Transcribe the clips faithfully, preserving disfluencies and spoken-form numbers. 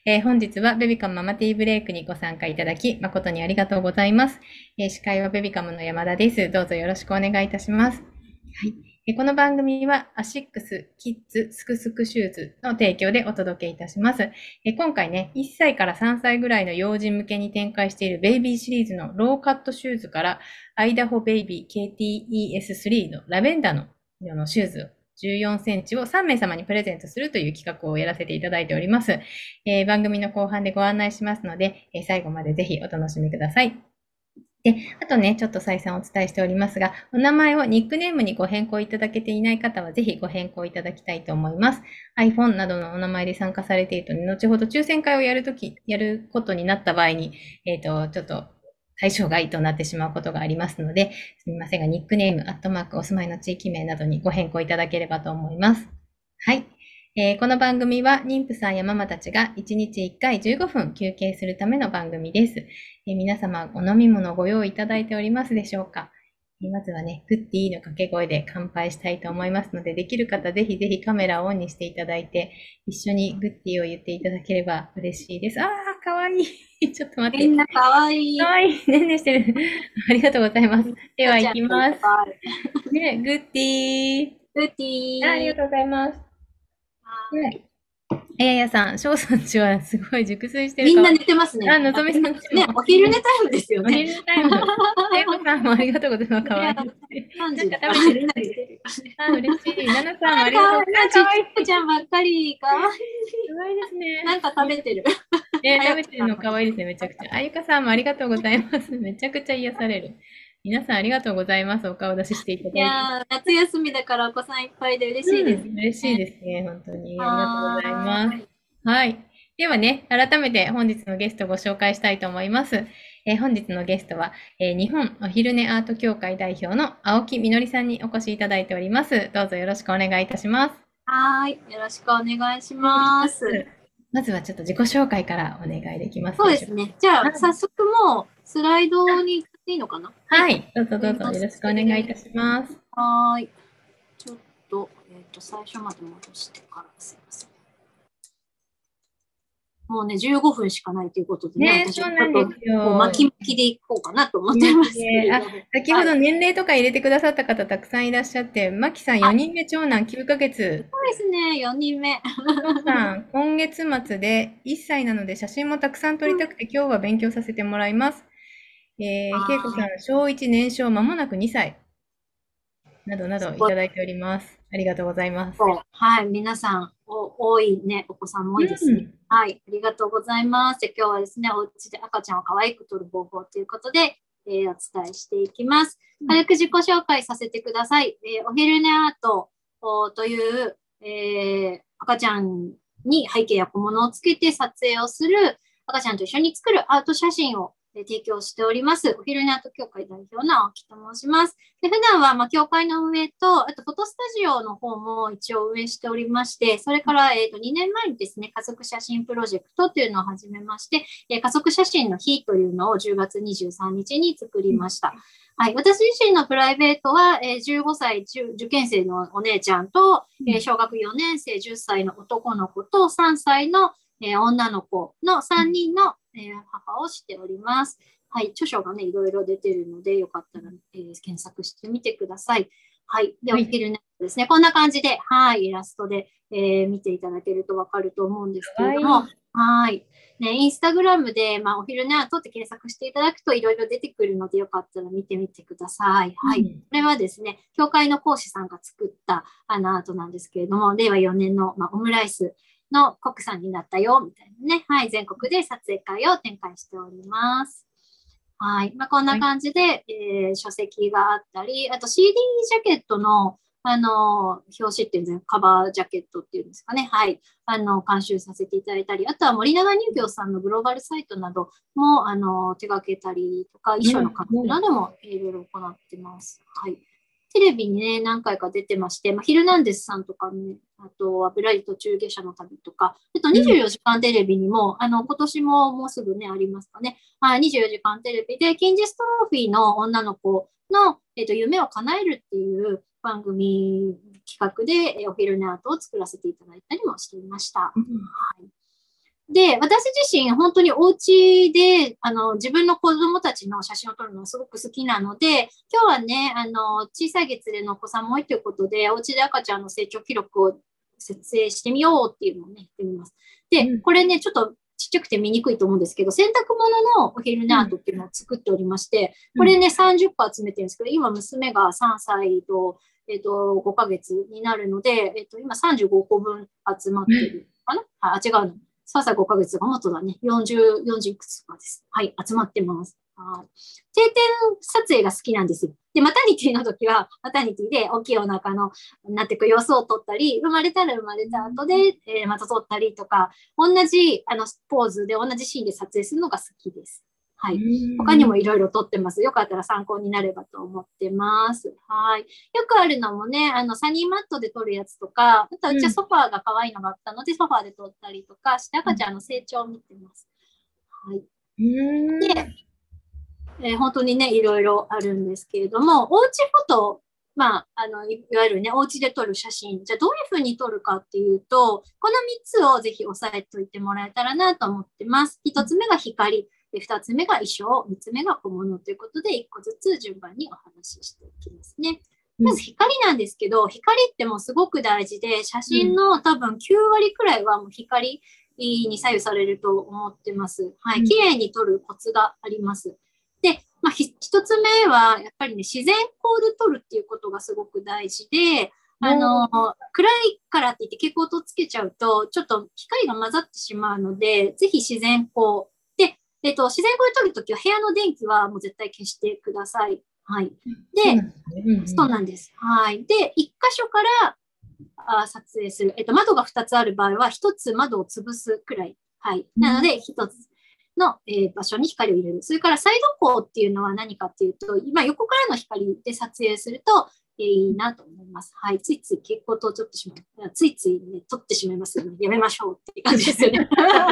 えー本日はベビカムママティーブレイクにご参加いただき、誠にありがとうございます。えー司会はベビカムの山田です。どうぞよろしくお願いいたします。はい。えーこの番組はアシックスキッズすくすくシューズの提供でお届けいたします。えー今回ね、いっさいからさんさいぐらいの幼児向けに展開しているベイビーシリーズのローカットシューズからアイダホベイビー ケーティーイーエススリー のラベンダーのあのシューズじゅうよんセンチをさん名様にプレゼントするという企画をやらせていただいております。えー番組の後半でご案内しますので、えー最後までぜひお楽しみください。で、あとね、ちょっと再三お伝えしておりますが、お名前をニックネームにご変更いただけていない方は、ぜひご変更いただきたいと思います。iPhone などのお名前で参加されていると、ね、後ほど抽選会をやるとき、やることになった場合に、えっ、と、ちょっと対象外となってしまうことがありますので、すみませんが、ニックネーム、アットマーク、お住まいの地域名などにご変更いただければと思います。はい。えーこの番組は妊婦さんやママたちがいちにちいっかいじゅうごふん休憩するための番組です。えー皆様お飲み物ご用意いただいておりますでしょうか。えーまずはね、グッディーの掛け声で乾杯したいと思いますので、できる方ぜひぜひカメラをオンにしていただいて、一緒にグッディーを言っていただければ嬉しいです。あー、かわいい。ちょっと待って。 みんなかわいい。 かわいい。ねんねしてる。ありがとうございます。では、い赤ちゃんがいっきます。 ぱい。 ね、グッディー。 ウッデあありがィとうございます。 ー。 ねえややさん、翔さんちはすごい熟睡してるかわいみんな寝てますい。あ、 ね。あ、 のぞみさんちね、 も。 お昼寝タイムですよおね。 昼寝タイム。テーマさんもありがとうございます。かいや、 わいい。 3 なん時だからか食べてる。 みんな寝てる。 あ、嬉しい。ななさんもああ、 りがとう。あ、 かわいい。ちっかわいい。 ちゃいちゃんばっかり。かわいかわいいですい。なんね。 か食べてる。 えー食べてる早くさんのかわいいですね。めちゃくちゃ。あゆかさんもありがとうございます。めちゃくちゃ癒される。皆さんありがとうございます。お顔出ししていただいて。 いやー、夏休みだからお子さんいっぱいで嬉しいですうん、嬉しいね。 ですね。本当に。ありがとうございます。 はーい。 はい。ではね、改めて本日のゲストをご紹介したいと思います。えー本日のゲストは、えー日本お昼寝アート協会代表の青木みのりさんにお越しいただいております。どうぞよろしくお願いいたします。 はーい。よろしくお願いしお願いします。 ます。まずはちょっと自己紹介からお願いできますでしょうそうですね。じゃあ、 か。 早速もうスライドに行っていいのかな。はい。 はい。どうぞどうぞよすいませろしくお願いいたします。 ん。はーい。ちょっと、えっ、と、最初まで戻してからすいません。もうね、じゅうごふんしかないということでね、 ね、 私ちょっそうなんでとすよ。 こう巻き巻きでいこうかなと思ってま気持ちすけれで、あ、 ども。 先ほはい。 ど年齢とか入れてくださった方たくさんいらっしゃって、マキさんあ、 よにんめ長男きゅうかげつ、 そうですね、よにんめ。 翔さん今月末でいっさいなので写真もたくさん撮りたくて今日は勉強させてもらいます。えー、けいこさん、 あ小いち年少間もなくにさい、などなどすごい。 いただいております。ありがとうございます。 そうはい。皆さん、お多いね、お子さんも多いですね。 うん。 はい。ありがとうございます。で今日はですね、お家で赤ちゃんを可愛く撮る方法ということで、えーお伝えしていきます。軽く自己紹介させてください。えーお昼寝アートおという、えー赤ちゃんに背景や小物をつけて撮影をする、赤ちゃんと一緒に作るアート写真をえー提供しております。お昼寝アート協会代表の青木と申します。で普段は、まあ、協会の運営と、あとフォトスタジオの方も一応運営しておりまして、それから、えーと、にねんまえにですね、家族写真プロジェクトというのを始めまして、えー家族写真の日というのをじゅうがつにじゅうさんにちに作りました。はい、私自身のプライベートは、えーじゅうごさい受験生のお姉ちゃんと、えー小学よねん生じゅっさいの男の子とさんさいの、えー女の子のさんにんの、えー母をしております。はい、著書がね、いろいろ出てるので、よかったら、えー検索してみてください。はい。で、おはい。 昼寝ですね。こんな感じで、はい、イラストで、えー見ていただけるとわかると思うんですかけれども、 わいい。 はい。ね、インスタグラムで、まあ、お昼寝アートって検索していただくといろいろ出てくるので、よかったら見てみてください。はい。こうん。 れはですね、教会の講師さんが作ったあのアートなんですけれども、れいわよねんの、まあ、オムライスのコックさんになったよ、みたいなね。はい。全国で撮影会を展開しております。はい。まあ、こんなはい。 感じで、えー書籍があったり、あと シーディー ジャケットの、あの、表紙っていうんですか、カバージャケットっていうんですかね。はい。あの、監修させていただいたり、あとは森永乳業さんのグローバルサイトなども、あの、手掛けたりとか、衣装のうん。 監修などもいろいろ行ってます。はい。テレビにね、何回か出てまして、まあ、ヒルナンデスさんとかね、あとはブラリ途中下車の旅とか、あと24 うん。 時間テレビにも、あの、今年ももうすぐね、ありますかね。はい、にじゅうよじかんテレビで、キンジストロフィーの女の子の、えっと、夢を叶えるっていう番組企画で、えお昼寝アートを作らせていただいたりもしていました。はうん。 い。 で、私自身、本当にお家で、あの、自分の子供たちの写真を撮るのがすごく好きなので、今日はね、あの、小さい月齢のお子さんも多いということで、お家で赤ちゃんの成長記録を設定してみようっていうのをね、やってみます。で、これね、ちょっとちっちゃくて見にくいと思うんですけど、洗濯物のお昼寝アートっていうのを作っておりまして、これね、さんじゅっこ集めてるんですけど、今娘がさんさいと、えっと、ごかげつになるので、えっと、今さんじゅうごこぶん集まってるかな、あ、違うの。さんさいごかげつがもっとだね。よんじゅう、よんじゅういくつとかです。はい、集まってます。はい。定点撮影が好きなんですよ。で、マタニティの時は、マタニティで大きいお腹の、なっていく様子を撮ったり、生まれたら生まれた後で、えー、また撮ったりとか、同じ、あの、ポーズで同じシーンで撮影するのが好きです。はい。他にもいろいろ撮ってます。よかったら参考になればと思ってます。はい。よくあるのもね、あの、サニーマットで撮るやつとか、あとはうちはソファーが可愛いのがあったので、ソファーで撮ったりとかして、赤ちゃんの成長を見てます。はい。で、えー、本当にね、いろいろあるんですけれども、おうちフォト、まあ、あの、いわゆるね、お家で撮る写真、じゃあどういうふうに撮るかっていうと、このみっつをぜひ押さえておいてもらえたらなと思ってます。ひとつめが光。で、二つ目が衣装、三つ目が小物ということで、一個ずつ順番にお話ししていきますね。まず光なんですけど、光ってもうすごく大事で、写真の多分きゅうわりくらいはもう光に左右されると思ってます。はい。綺麗に撮るコツがあります。で、まあ、ひ一つ目は、やっぱりね、自然光で撮るっていうことがすごく大事で、あの、暗いからって言って蛍光灯つけちゃうと、ちょっと光が混ざってしまうので、ぜひ自然光。えっと、自然光で撮るときは部屋の電気はもう絶対消してください。はい。で、そうなんです。はい。で、一箇所からあ撮影する。えっと、窓が二つある場合は、一つ窓を潰すくらい。はい。なので、一つの、えー、場所に光を入れる。それから、サイド光っていうのは何かっていうと、今、横からの光で撮影すると、えー、いいなと思います。はい。ついつい蛍光灯を撮ってしまう。ついついね、撮ってしまいますよね。やめましょうっていう感じですよね。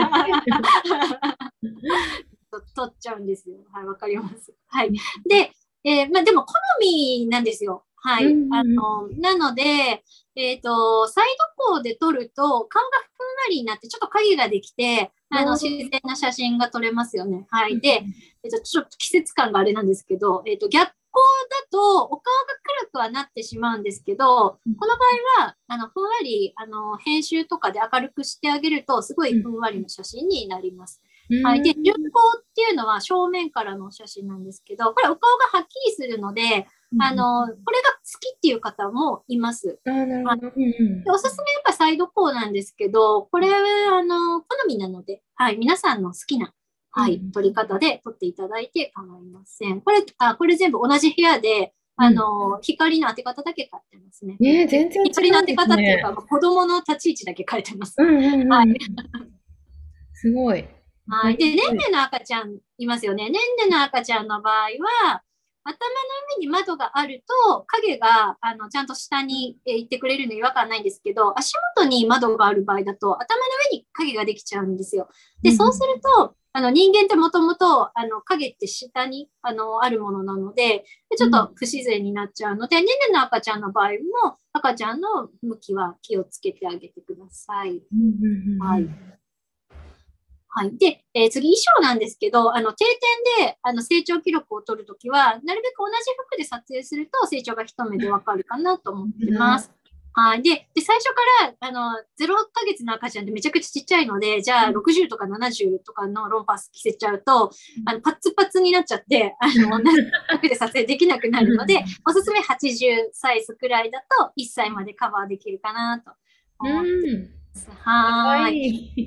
取っちゃうんですよ。はい、わかります。はい。で、えー、まあでも好みなんですよ。はい。あの、なので、えっと、サイド光で撮ると顔がふんわりになってちょっと影ができて、あの、自然な写真が撮れますよね。はい。で、えっと、ちょっと季節感があれなんですけど、えっと、逆光だとお顔が暗くはなってしまうんですけど、この場合は、あの、ふんわり、あの、編集とかで明るくしてあげると、すごいふんわりの写真になります。はい。で、順光っていうのは正面からの写真なんですけど、これお顔がはっきりするので、あの、これが好きっていう方もいます。 あ、なるほど。うんうん、 でおすすめやっぱサイド光なんですけど、これ、あの、好みなので、はい、皆さんの好きな、はい、撮り方で撮っていただいて構いません。これ、あ、これ全部同じ部屋で、あの、うん、光の当て方だけ変えてますね。 ね、全然違うんですね。 光の当て方っていうか、子供の立ち位置だけ変えてます。 うんうんうん、はい。すごい。 はい。で、ねんねの赤ちゃんいますよね。ねんねの赤ちゃんの場合は、頭の上に窓があると、影が、あの、ちゃんと下に行ってくれるのに違和感ないんですけど、足元に窓がある場合だと、頭の上に影ができちゃうんですよ。で、そうすると、あの、人間ってもともと、あの、影って下に、あの、あるものなので、ちょっと不自然になっちゃうので、ねんねの赤ちゃんの場合も、赤ちゃんの向きは気をつけてあげてください。はい。はい。で、えー、次、衣装なんですけど、あの、定点で、あの、成長記録を取るときは、なるべく同じ服で撮影すると、成長が一目でわかるかなと思ってます。はい。で、で、最初から、あの、ゼロかげつの赤ちゃんってめちゃくちゃちっちゃいので、じゃあ、ろくじゅうとかななじゅうとかのロンパース着せちゃうと、あの、パツパツになっちゃって、あの、同じ服で撮影できなくなるので、おすすめはちじゅうサイズくらいだと、いっさいまでカバーできるかなと思ってます。はい。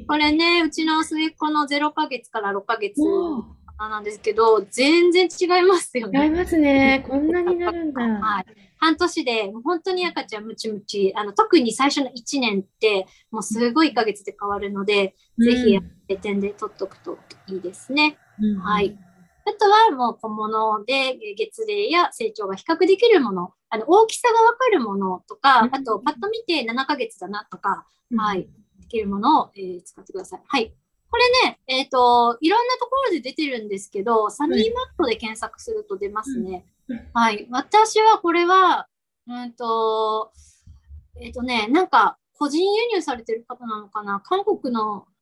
これね、うちの末っ子のゼロかげつからろっかげつなんですけど、全然違いますよね。 違いますね。こんなになるんだ。 はい。半年で、本当に赤ちゃんムチムチ、あの、特に最初のいちねんって、もうすごいいっかげつで変わるので、うん、ぜひ、定点で取っとくといいですね。うん、はい。あとはもう小物で月齢や成長が比較できるもの、あの大きさがわかるものとか、あとパッと見てななかげつだなとか、はい、できるものを、えー、使ってください。はい。これね、えっと、いろんなところで出てるんですけど、サニーマットで検索すると出ますね。はい。私はこれは、うんと、えっとね、なんか個人輸入されてる方なのかな、韓国の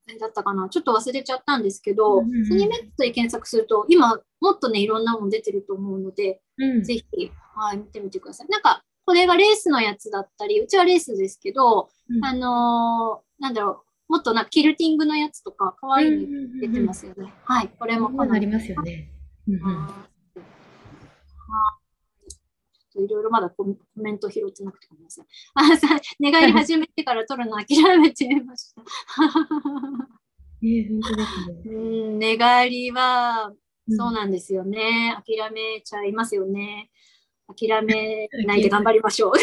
だったかな、ちょっと忘れちゃったんですけど、 うんうんうんサニーメットで検索すると、今、もっとね、いろんなもの出てると思うので、 うん。 ぜひ、はい、見てみてください。なんか、これがレースのやつだったり、うちはレースですけど、 うんあのーなんだろう、もっとな、キルティングのやつとか、可愛いの出てますよね。はい、これもかなり。 そうなりますよね。うんうん。 いろいろまだコメント拾ってなくてごめんなさい。あ、さ、寝返り始めてから撮るの諦めてました。 ええ、本当ですね。 うん、寝返りは、そううん。 なんですよね。諦めちゃいますよね。諦めないで諦め頑張りましょう。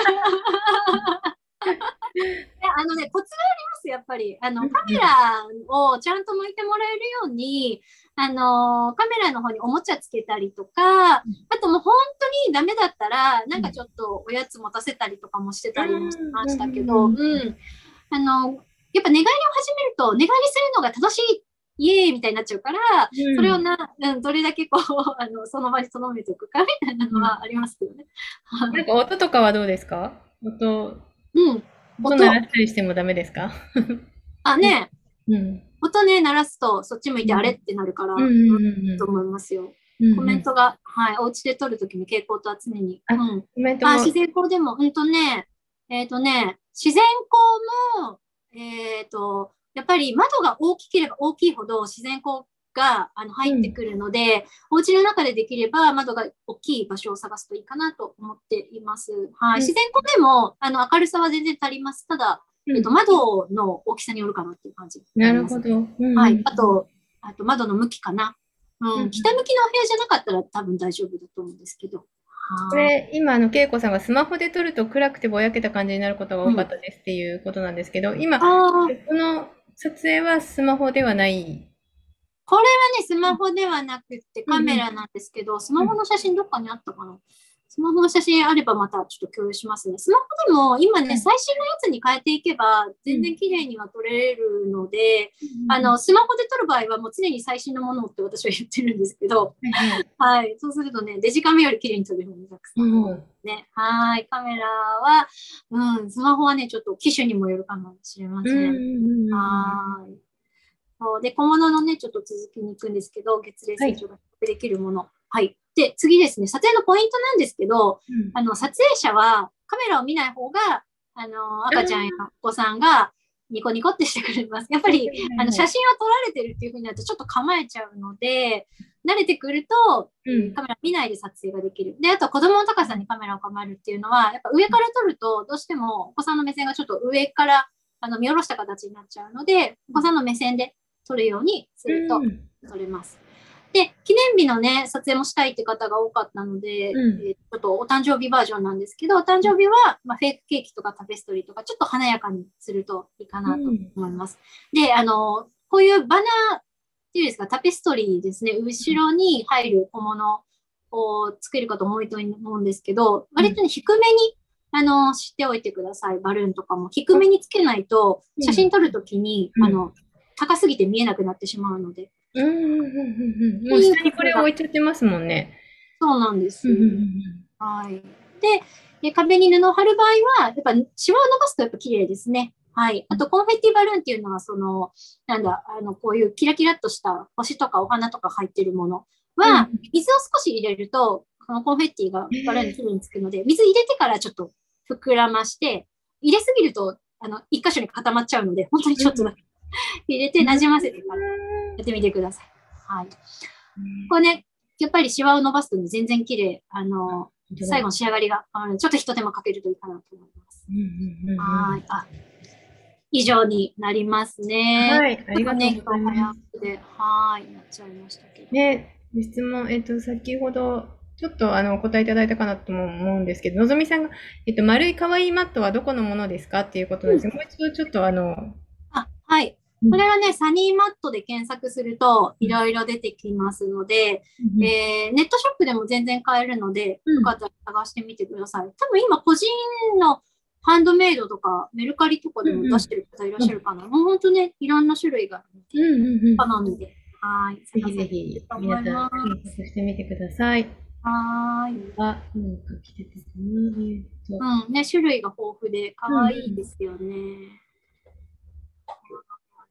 あのね、コツがあります、やっぱり。あの、カメうんうん。 ラをちゃんと向いてもらえるように、あの、カメラの方におもちゃつけたりとか、あともう本当にダメだったら、なんかちょっとおやつ持たせたりとかもしてたりもしましたけど、うん。あの、やっぱ寝返りを始めると、寝返りするのが楽しい、イエーイみたいになっちゃうから、それをな、うん、どれだけこう、あの、その場に留めておくかみたいなのはありますけどね。 なんか音とかはどうですか？音、 うん。 音鳴ら音。 したりしてもダメですか？ あ、ね、 うん。 音ね、鳴らすと、そっち向いてあれうんってなるから、 うんううん、とん思いますよ。 うんうんうん。 コメントが、はい、お家で撮るときに蛍光灯は常に。 あ、 うん。 コメントあ、 も、 自然光でも、うんとね、えっとね、自然光も、えっと、やっぱり窓が大きければ大きいほど自然光があの入うん。 ってくるので、お家の中でできれば窓が大きい場所を探すといいかなと思っています。はい。 うん。 自然光でも、あの、明るさは全然足ります。ただ、えっと、 うん。 窓の大きさによるかなっていう感じになります。 なるほど。うんうんはい。 うん。 あと、あと窓の向きかな。うん。 うんうん。 北向きのお部屋じゃなかったら多分大丈夫だと思うんですけど。はこれ、今、あの、恵子さんがスマホで撮ると暗くてぼやけた感じになることがい。うん。 多かったですっていうことなんですけど、今、 ああ、 この撮影はスマホではない。 これはね、スマホではなくってうんうんカメラなんですけど、スマホうん。 の写真どっかにあったかな。スマホの写真あればまたちょっと共有しますね。スマホでも今ね、 はい。 最新のやつに変えていけば全然うん。 綺麗には撮れるので、 うんうんうん。 あの、スマホで撮る場合はもう常に最新のものって私は言ってるんですけど、 はいはい。 はい。そうするとね、デジカメより綺麗に撮れるのにたくさんありますうん。 ね。はい。カメラは、うん、スマホはね、ちょっと機種にもよるかもしれまうんうんせん。 うんうんうん。 はい。そうで、小物のね、ちょっと続きに行くんですけど、月齢はい。 成長ができるもの。はい。で、次ですね、撮影のポイントなんですけど、 うん。 あの、撮影者はカメラを見ない方が、あの、 ああ、 赤ちゃんやお子さんがニコニコってしてくれます。やっぱはいり、あの、 はいはいはい。 写真を撮られてるっていう風になるとちょっと構えちゃうので、慣れてくると、えーうん。 カメラ見ないで撮影ができる。で、あと子供の高さにカメラを構えるっていうのは、やっぱ上から撮ると、どうしてもお子さんの目線がちょっと上からあの見下ろした形になっちゃうので、お子さんの目線で撮るようにすうるとん。 撮れます。で、記念日のね、撮影もしたいって方が多かったので、 うん。 えーちょっとお誕生日バージョンなんですけど、お誕生日は、まあ、フェイクケーキとかタペストリーとか、ちょっと華やかにするといいかなとうん。 思います。で、あの、こういうバナーっていうんですか、タペストリーですね、後ろに入る小物を作るかと思うと思うんですけど、 うん。 割とね、低めに、あの、しておいてください。バルーンとかも。低めにつけないと、写真うん。 撮るときに、 うん。 あの、高すぎて見えなくなってしまうので。 うんうんうんうんうん。もうっていう下にこれを置工夫が。 いちゃってますもんね。 そうなんでうんうんうす。 んはい。で、で壁に布を貼る場合は、やっぱシワを伸ばすとやっぱ綺麗ですね。はい。あと、コンフェッティバルーンっていうのは、その、なんだ、あの、こういうキラキラっとした星とかお花とか入ってるものうん。うは、 ん。 水を少し入れると、このコンフェッティがバルーンに綺ええ。 麗につくので、水入れてからちょっと膨らまして、入れすぎると、あの、一箇所に固まっちゃうので、本当にうん。 ちょっとだけ入れてう馴染ませてからやーん。 ってみてください。はい。これね、 ね、やっぱりシワを伸ばすとね、全然綺麗。あの、 ほんとだ。 最後の仕上がりが、あのちょっと一手間かけるといいかなと思います。 うんうんうんうん。 はい。あ、以上になりますね。 はい、ありがとうちょっとね、 ございま今日早す。 くで、はい、なっちゃいましたけど。 ね、質問、えっと、先ほど、ちょっとあの、お答えいただいたかなとも思うんですけど、のぞみさんが、えっと、丸い可愛いマットはどこのものですかっていうことなんですが、もう一度ちょっとあの、 あ、はい。 うん、 これはね、サニーマットで検索するとうん、 いろいろ出てきますので、 うん、 えーネットショップでも全然買えるので、 うん、 よかったら探してみてください。多分今、個人のハンドメイドとか、メルカリとかでもうん、うん、 出してる方いらっしゃるかな。もう本当ね、いろんな種類があるので、 うん、うん、うん。 好みで、はい、 ぜひ探されているぜひ、 と思い皆さん、 ます。 検索してみてください。 はーい。 あ、なんか来てたかな、えっと、 うん、ね、種類が豊富で可うん、うん。 愛いですよね。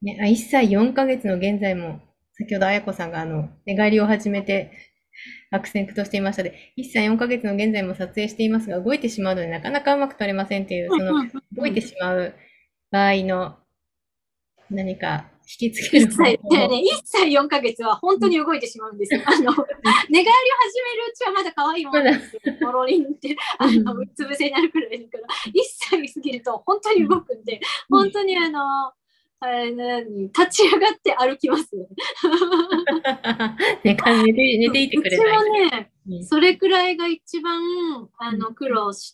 ね、あ、いっさいよんかげつの現在も、先ほどあやこさんがあの、寝返りを始めて、悪戦苦闘していましたので、いっさいよんかげつの現在も撮影していますが、動いてしまうので、なかなかうまく撮れませんっていう、その、 うんうんうんうん。 動いてしまう場合の何か引きつけ一る方歳、で法。 ね、一歳よんかげつは本当に動いてしまうんですよ。あの、寝返りを始めるうちはまだ可愛いもまだ、 のなんですよ。ポロリンって、あの、うつ伏せになるくらいだから、一歳過ぎると本当に動くんで、本当にあの、あれ何立ち上がって歩きますよね。 寝か寝て、寝ていてうちはくれない。 ね、 うん。 それくらいが一番、あうん。 の、苦労して、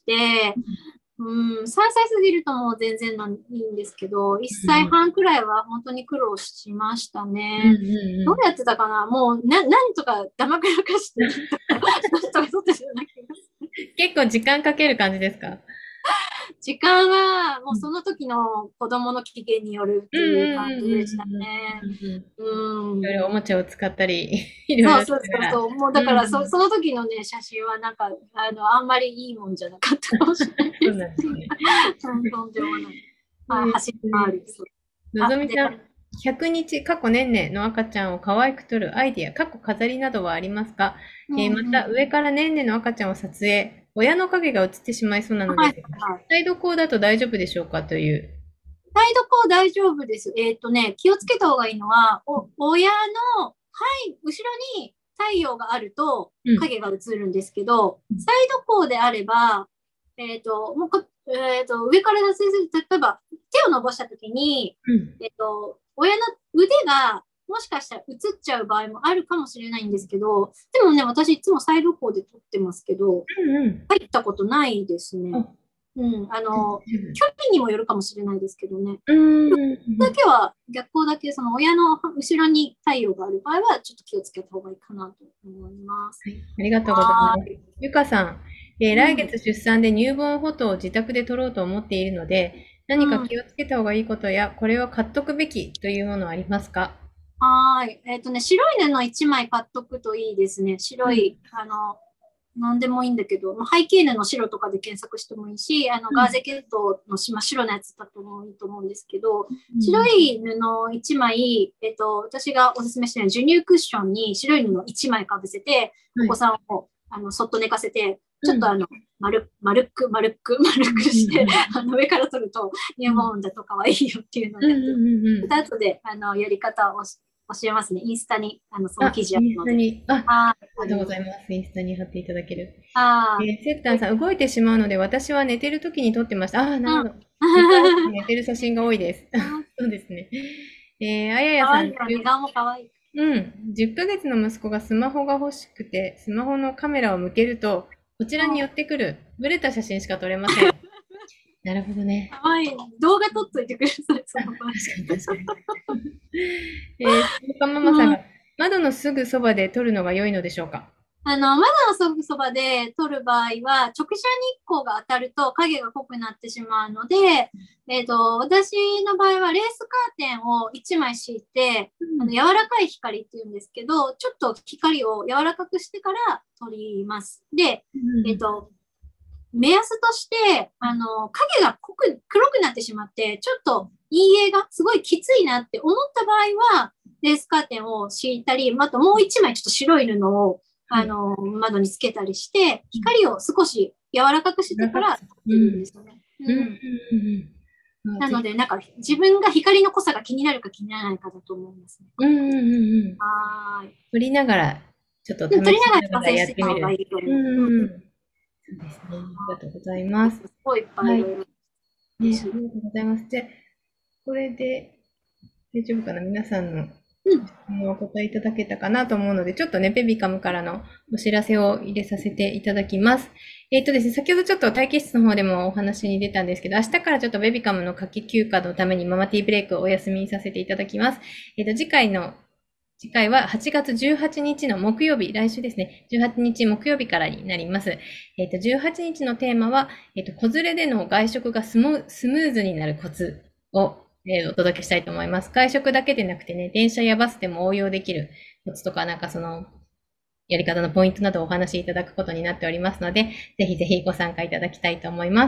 うん、さんさい過ぎるともう全然なんいいんですけど、1 うん。 歳半くらいは本当に苦労しましたうん。 ね。どううやってたかなもう、な、なんとかだまくらかして、なんとか、なんとか取ってたような気がする。 ん。結構時間かける感じですか？ 時間は、もうん。 うその時の子供の機嫌によるっうんうていう感んうんうんじでしたね。 うんうんうん。 うん。 いろいろおもちゃを使ったり、いろいろしそうそうながら。 そうそう。もううだからそ、 ん。 その時のね、写真はなんか、あの、あんまりいいもんじゃなかったかもしれないそうです。 なんですね。 うん、とんでもない。はい、 えー走り回ね、 る。そうのあ、で、 ぞみさん、ひゃくにち、過去年々の赤ちゃんを可愛く撮るアイディア、過去飾りなどはありますか？ うえーまた、 んうん。 上から年々の赤ちゃんを撮影、親の影が映ってしまいそうなのはい、 ですが、 はい。 サイドコーだと大丈夫でしょうかという。 台所大丈夫です。えっとね、気をつけた方がいいのは、お、親の、はい、後ろに太陽があるとうん。 影が映るんですけど、サイド光であれば、えっと、もうこ、えっと、上から撮影する、例えば手を伸ばしたときに、 うん。 えっと、親の腕がもしかしたら映っちゃう場合もあるかもしれないんですけど、でもね、私いつもサイド光で撮ってますけど、 うんうん。 入ったことないですあ、 ね。うん、あ大の、 丈夫。 距離にもよるかもしれないですけどね。 うーん。 だけは、逆光だけ、その親の後ろに太陽がある場合は、ちょっと気をつけた方がいいかなと思います。 はい、ありがとうございます。 はーい。 ゆかさん、えーうん、 来月出産で乳房フォトを自宅で撮ろうと思っているので、 うん。 何か気をつけた方がいいことや、これは買っとくべきというものはありますか？ はーい。えっとね、白い布いちまい買っとくといいですね。 うん。 白い、あの、なんでもいいんだけど、まあ、背景布の白とかで検索してもいいし、あの、 うん。 ガーゼケットの真っ白なやつだともいいと思うんですけど、白うん。 い布いちまい、えっと、私がおすすめしている授乳クッションに白い布いちまいかぶせて、お子はい。 さんをあのそっと寝かせて、 うん。 ちょっとあの、丸、丸っく、丸っく、丸うん。 くして、 うん。 あの、上から撮ると、ニューモーンだと可愛いよっていうのをうん。 やって、 うん。うん。 後で、あの、やり方を教えますね。インスタに、あの、そのあ、 記事あるインスので。 タに、あ、あはい、 りがとうあります。 ございます。インスタに貼っていただける。えあー、セッタあ、 ンさん、動いてしまうので、私は寝てる時に撮ってました。ああ、なるうん。 ほど。寝顔寝てる写真が多いです。 あそうですね。えー、あやや可さん、 愛いよね。顔も可愛い。 うん。じゅっかげつの息子がスマホが欲しくて、スマホのカメラを向けると、こちらに寄ってくる、ブレた写真しか撮れません。なるほどね。 可愛い。動画撮っといてください、そあ、 の場合。 確かに確かに。えー、そのかママさんうん。 が、窓のすぐそばで撮るのが良いのでしょうか？ あの、窓のすぐそばで撮る場合は、直射日光が当たると影が濃くなってしまうので、えっと、私の場合はレースカーテンをいちまい敷いて、あの、 うん。 柔らかい光っていうんですけど、ちょっと光を柔らかくしてから撮ります。で、 うん。 えっと、目安として、あの、影が濃く、黒くなってしまって、ちょっと陰影がすごいきついなって思った場合は、レースカーテンを敷いたり、あともう一枚ちょっと白い布を、 はい。 あの、窓につけたりして、光を少し柔らかくしてから撮っうてるんでん。 すよね。 うん。うん。 うん。 うん。あ、 なので、 ぜひ。 なんか自分が光の濃さが気になるか気にならないかだと思いますね。 うんうんうんうん。 はーい。 撮りながら、ちょっとで撮り試しながら調ながらやっ整してた方がいてみる。ういと思う。うん。 ん。そうですね。ありがとうございます。 すごいいっぱいいはい。 ろいろ嬉ね、 しい。 ありがとうございます。じゃあ、これで大丈夫かな、皆さんのうん。 質問をお答えいただけたかなと思うので、ちょっとね、ペビカムからのお知らせを入れさせていただきます。えっとですね、先ほどちょっと待機室の方でもお話に出たんですけど、明日からちょっとベビカムの夏季休暇のためにママティーブレイクをお休みにさせていただきます。えっと、次回の次回ははちがつじゅうはちにちの木曜日、来週ですね、じゅうはちにち木曜日からになります。えっと、じゅうはちにちのテーマは、えっと、子連れでの外食がスムスムーズになるコツを、えーお届けしたいと思います。外食だけでなくてね、電車やバスでも応用できるコツとか、なんかその、やり方のポイントなどをお話しいただくことになっておりますので、ぜひぜひご参加いただきたいと思います。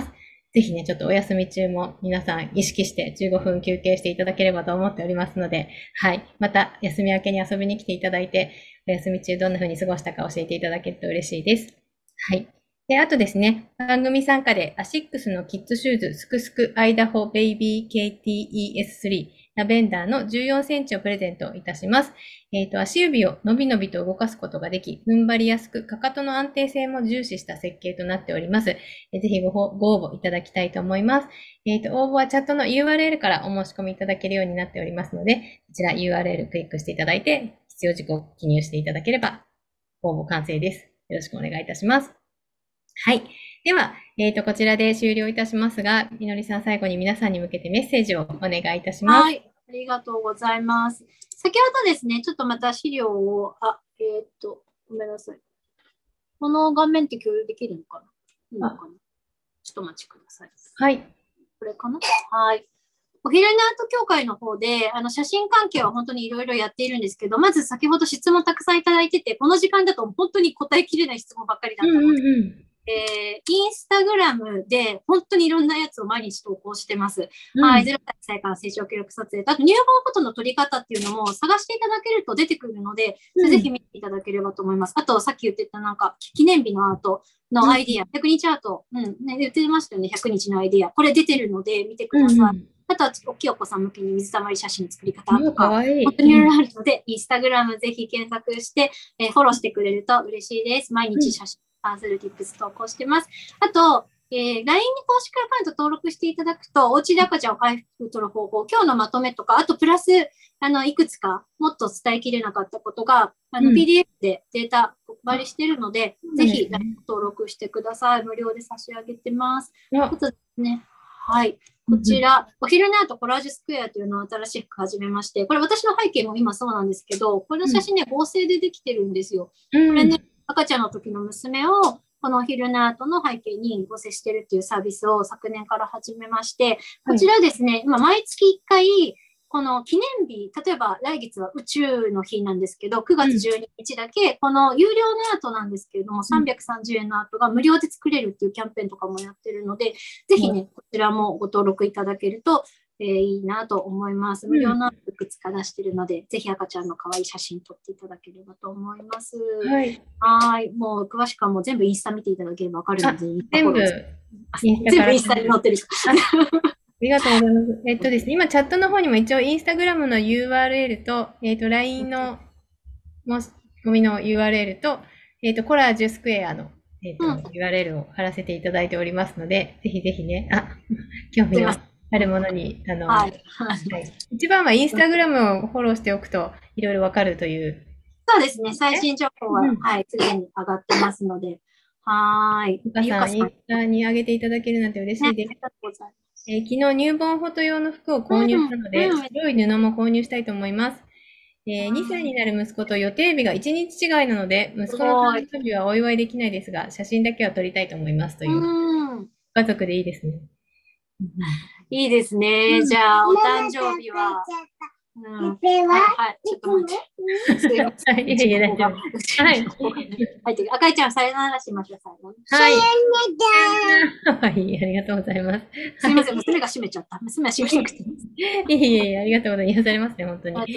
ぜひね、ちょっとお休み中も皆さん意識してじゅうごふん休憩していただければと思っておりますので、はい。また休み明けに遊びに来ていただいて、お休み中どんな風に過ごしたか教えていただけると嬉しいです。はい。で、あとですね、番組参加でアシックスのキッズシューズ、すくすくアイダホベイビー ケーティーイーエススリー ラベンダーのじゅうよんセンチをプレゼントいたします。えっと、足指をのびのびと動かすことができ、踏ん張りやすく、かかとの安定性も重視した設計となっております。ぜひごご応募いただきたいと思います。えっと、応募はチャットの ユーアールエル からお申し込みいただけるようになっておりますので、こちら ユーアールエル クリックしていただいて、必要事項を記入していただければ、応募完成です。よろしくお願いいたします。はい。では、えっと、こちらで終了いたしますが、みのりさん、最後に皆さんに向けてメッセージをお願いいたします。 はい。ありがとうございます。先ほどですね、ちょっとまた資料を、あ、えっと、ごめんなさい。この画面って共有できるのかないいのかなちょっとお待ちください。 はい。 これかなはい。お昼寝アート協会の方で、あの、写真関係は本当にいろいろやっているんですけど、まず先ほど質問たくさんいただいてて、この時間だと本当に答えきれない質問ばっかりだったので、うんうんうんえー、インスタグラムで本当にいろんなやつを毎日投稿してます。うん、はい。ゼロさいから成長記録撮影と、あと入門フォトの撮り方っていうのも探していただけると出てくるので、うん、ぜひ見ていただければと思います。あと、さっき言ってたなんか、記念日のアートのアイディア、うん、ひゃくにちアート、うん、ね、言ってましたよね、ひゃくにちのアイディア。これ出てるので見てください。うんうんあとは、大きいお子さん向けに水溜り写真の作り方とか、かいい本当にいろいろあるので、インスタグラムぜひ検索して、えー、フォローしてくれると嬉しいです。毎日写真に関する tips 投稿してます。あと、えー、ライン に公式アカウント登録していただくと、おうちで赤ちゃんを回復取る方法、今日のまとめとか、あとプラス、あの、いくつかもっと伝えきれなかったことが、あの、うん、ピーディーエフ でデータ配りしているので、うん、ぜひ ライン 登録してください。無料で差し上げてます。ということですね。はい。こちら、お昼寝アートコラージュスクエアというのを新しく始めまして、これ私の背景も今そうなんですけど、この写真ね、合成でできてるんですよ。これね、赤ちゃんの時の娘を、このお昼寝アートの背景に合成してるっていうサービスを昨年から始めまして、こちらですね、今毎月いっかい、この記念日、例えば来月は宇宙の日なんですけど、くがつじゅうににちだけ、この有料のアートなんですけれども、さんびゃくさんじゅうえんのアートが無料で作れるっていうキャンペーンとかもやってるので、ぜひね、こちらもご登録いただけると、えー、いいなと思います。無料のアートいくつか出してるので、ぜひ赤ちゃんの可愛い写真撮っていただければと思います。はい。はい。もう詳しくはもう全部インスタ見ていただければわかるので、 全部、 全部インスタに載ってる。 ありがとうございます。えっとですね、今チャットの方にも一応インスタグラムの ユーアールエル と、えっと、ライン の申し込みの ユーアールエル と、えっと、コラージュスクエアの、えっと、うん、ユーアールエル を貼らせていただいておりますので、ぜひぜひね、あ、興味のあるものに、あの、はい。はい、一番はインスタグラムをフォローしておくと、いろいろわかるという。 そうですね、最新情報は、うん、はい、すでに上がってますので、はーい。 ゆかさん、インスタに上げていただけるなんて嬉しいです。ね、ありがとうございます。えー、昨日入門フォト用の服を購入したので、うんうん、白い布も購入したいと思います。えー、にさいになる息子と予定日がいちにち違いなので、息子の誕生日はお祝いできないですが、写真だけは撮りたいと思いますという。うん、家族でいいですね。 いいですね。じゃあ、お誕生日は。うん、はい、はい、ちょっと待って。すいません。はい、いえいえ、大丈夫。はい。はい、赤いちゃん、さよならしましょう、最後に。 はい。はい、ありがとうございます。 すいません、娘が閉めちゃった。娘は閉めなくていいです。 いえいえ、ありがとうございます。癒されますね、本当に。はい。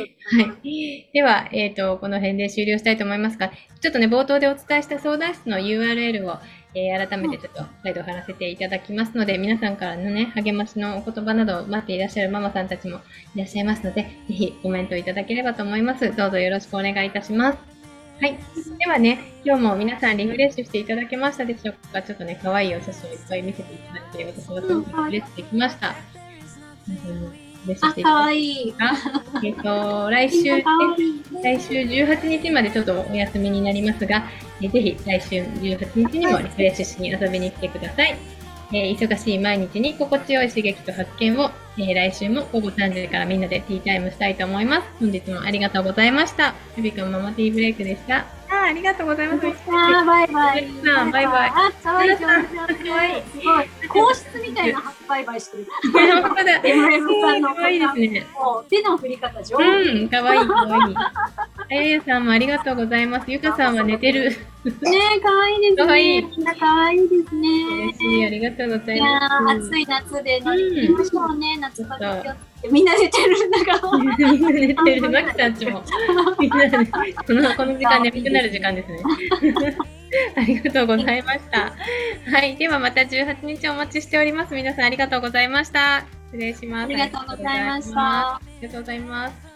では、えっと、この辺で終了したいと思いますが、ちょっとね、冒頭でお伝えした相談室の ユーアールエル を、えー、改めてちょっと再度貼らせていただきますので、皆さんからのね、励ましのお言葉などを待っていらっしゃるママさんたちもいらっしゃいますので、ぜひコメントいただければと思います。どうぞよろしくお願いいたします。はい。ではね、今日も皆さんリフレッシュしていただけましたでしょうか。ちょっとね、可愛いお写真をいっぱい見せていただいて、私はすごくリフレッシュできました。 あ、かわいい。 えっと、来週、来週じゅうはちにちまでちょっとお休みになりますが、ぜひ来週じゅうはちにちにもリフレッシュしに遊びに来てください。えー、忙しい毎日に心地よい刺激と発見を、えー、来週も午後さんじからみんなでティータイムしたいと思います。本日もありがとうございました。ベビカムママティーブレイクでした。あ、ありがとうございます。 あ、バイバイ。 バイバイ。 あ、かわいい。かわいい。すごい。皇室みたいなバイバイしてる。 本当だ。エムエムさんのかわいいですね。 手の振り方上手。 うん、かわいい、かわいい。ああゆゆさんもありがとうございます。ゆかさんは寝てる。 ねえ、かわいいですね。 かわいい。 みんなかわいいですね。 嬉しい、ありがとうございいやます。 ー、暑い夏で乗り切りましょうね。夏風邪気をつけて。みんな寝てるんだから。 みんな寝てる。まきさんちも。みんなね、この、この時間眠くなる時間ですね。ありがとうございました。はい。ではまたじゅうはちにちお待ちしております。皆さんありがとうございました。失礼します。 ありがとうございました。 ありがとうございます。